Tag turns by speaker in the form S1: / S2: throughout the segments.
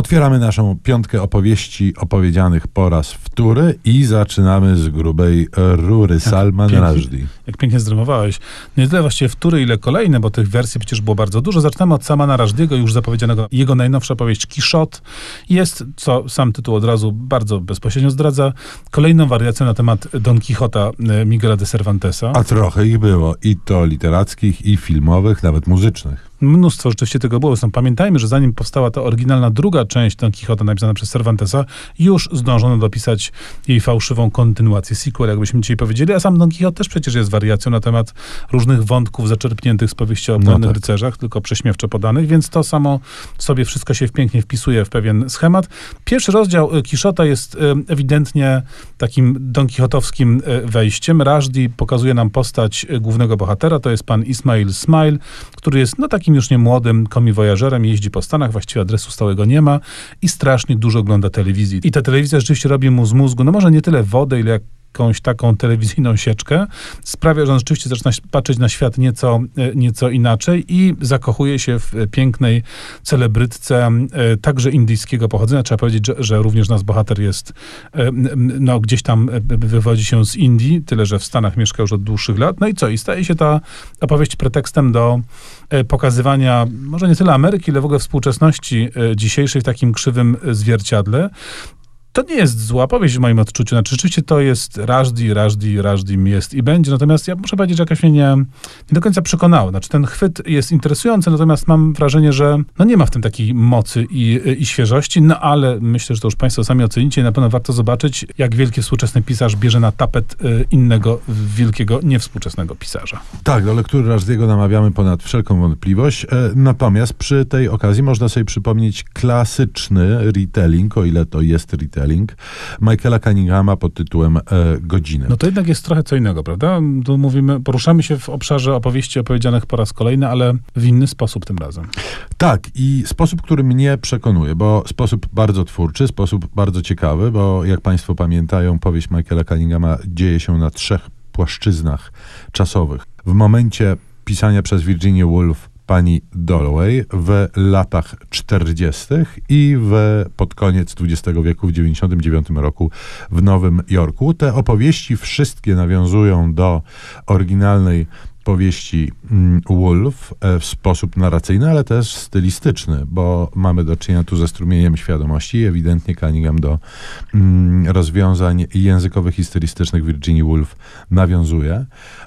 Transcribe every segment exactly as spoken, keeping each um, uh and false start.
S1: Otwieramy naszą piątkę opowieści opowiedzianych po raz wtóry i zaczynamy z grubej rury. Salman Rushdie.
S2: Jak pięknie zdrymowałeś. Nie tyle właściwie wtóry, ile kolejne, bo tych wersji przecież było bardzo dużo. Zaczynamy od Salmana Rushdiego, już zapowiedzianego. Jego najnowsza powieść Quichotte jest, co sam tytuł od razu bardzo bezpośrednio zdradza, kolejną wariacją na temat Don Quixota Miguela de Cervantesa.
S1: A trochę ich było. I to literackich, i filmowych, nawet muzycznych.
S2: Mnóstwo rzeczywiście tego było. Zresztą pamiętajmy, że zanim powstała ta oryginalna druga część Don Quixota napisana przez Cervantesa, już zdążono dopisać jej fałszywą kontynuację, sequel, jakbyśmy dzisiaj powiedzieli, a sam Don Quixote też przecież jest wariacją na temat różnych wątków zaczerpniętych z powieści o płynnych
S1: no tak.
S2: rycerzach, tylko prześmiewczo podanych, więc to samo sobie wszystko się pięknie wpisuje w pewien schemat. Pierwszy rozdział Quixota jest ewidentnie takim Don Quixotowskim wejściem. Rushdie pokazuje nam postać głównego bohatera, to jest pan Ismail Smile, który jest no takim już nie młodym komiwojażerem, jeździ po Stanach, właściwie adresu stałego nie ma i strasznie dużo ogląda telewizji. I ta telewizja rzeczywiście robi mu z mózgu, no może nie tyle wodę, ile jakąś taką telewizyjną sieczkę, sprawia, że on rzeczywiście zaczyna patrzeć na świat nieco, nieco inaczej i zakochuje się w pięknej celebrytce, także indyjskiego pochodzenia. Trzeba powiedzieć, że, że również nasz bohater jest, no gdzieś tam wywodzi się z Indii, tyle, że w Stanach mieszka już od dłuższych lat. No i co? I staje się ta opowieść pretekstem do pokazywania, może nie tyle Ameryki, ale w ogóle współczesności dzisiejszej w takim krzywym zwierciadle. To nie jest zła powieść w moim odczuciu. Znaczy, rzeczywiście to jest Rushdie, Rushdie, Rushdie jest i będzie. Natomiast ja muszę powiedzieć, że jakoś mnie nie, nie do końca przekonało. Znaczy, ten chwyt jest interesujący, natomiast mam wrażenie, że no nie ma w tym takiej mocy i, i świeżości, no ale myślę, że to już państwo sami ocenicie i na pewno warto zobaczyć, jak wielki współczesny pisarz bierze na tapet innego wielkiego, niewspółczesnego pisarza.
S1: Tak, do lektury Rushdiego namawiamy ponad wszelką wątpliwość. Natomiast przy tej okazji można sobie przypomnieć klasyczny retelling, o ile to jest retelling, Michaela Cunninghama pod tytułem e, Godziny.
S2: No to jednak jest trochę co innego, prawda? Tu mówimy, poruszamy się w obszarze opowieści opowiedzianych po raz kolejny, ale w inny sposób tym razem.
S1: Tak, i sposób, który mnie przekonuje, bo sposób bardzo twórczy, sposób bardzo ciekawy, bo jak państwo pamiętają, powieść Michaela Cunninghama dzieje się na trzech płaszczyznach czasowych. W momencie pisania przez Virginia Woolf pani Dalloway w latach czterdziestych i w, pod koniec dwudziestego wieku, w dziewięćdziesiątym dziewiątym roku w Nowym Jorku. Te opowieści wszystkie nawiązują do oryginalnej powieści mm, Woolf e, w sposób narracyjny, ale też stylistyczny, bo mamy do czynienia tu ze strumieniem świadomości i ewidentnie Cunningham do mm, rozwiązań językowych i stylistycznych Virginia Woolf nawiązuje.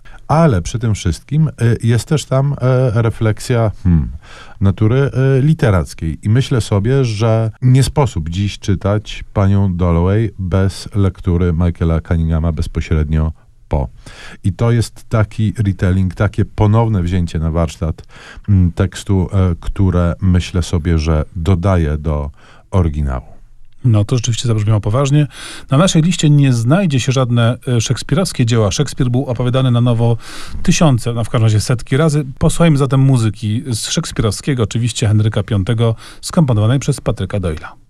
S1: Ale przy tym wszystkim y, jest też tam y, refleksja hmm, natury y, literackiej. I myślę sobie, że nie sposób dziś czytać panią Dalloway bez lektury Michaela Cunninghama bezpośrednio po. I to jest taki retelling, takie ponowne wzięcie na warsztat m, tekstu, y, które myślę sobie, że dodaje do oryginału.
S2: No to rzeczywiście zabrzmiało poważnie. Na naszej liście nie znajdzie się żadne szekspirowskie dzieła. Szekspir był opowiadany na nowo tysiące, no w każdym razie setki razy. Posłuchajmy zatem muzyki z szekspirowskiego, oczywiście Henryka Piątego, skomponowanej przez Patryka Doyle'a.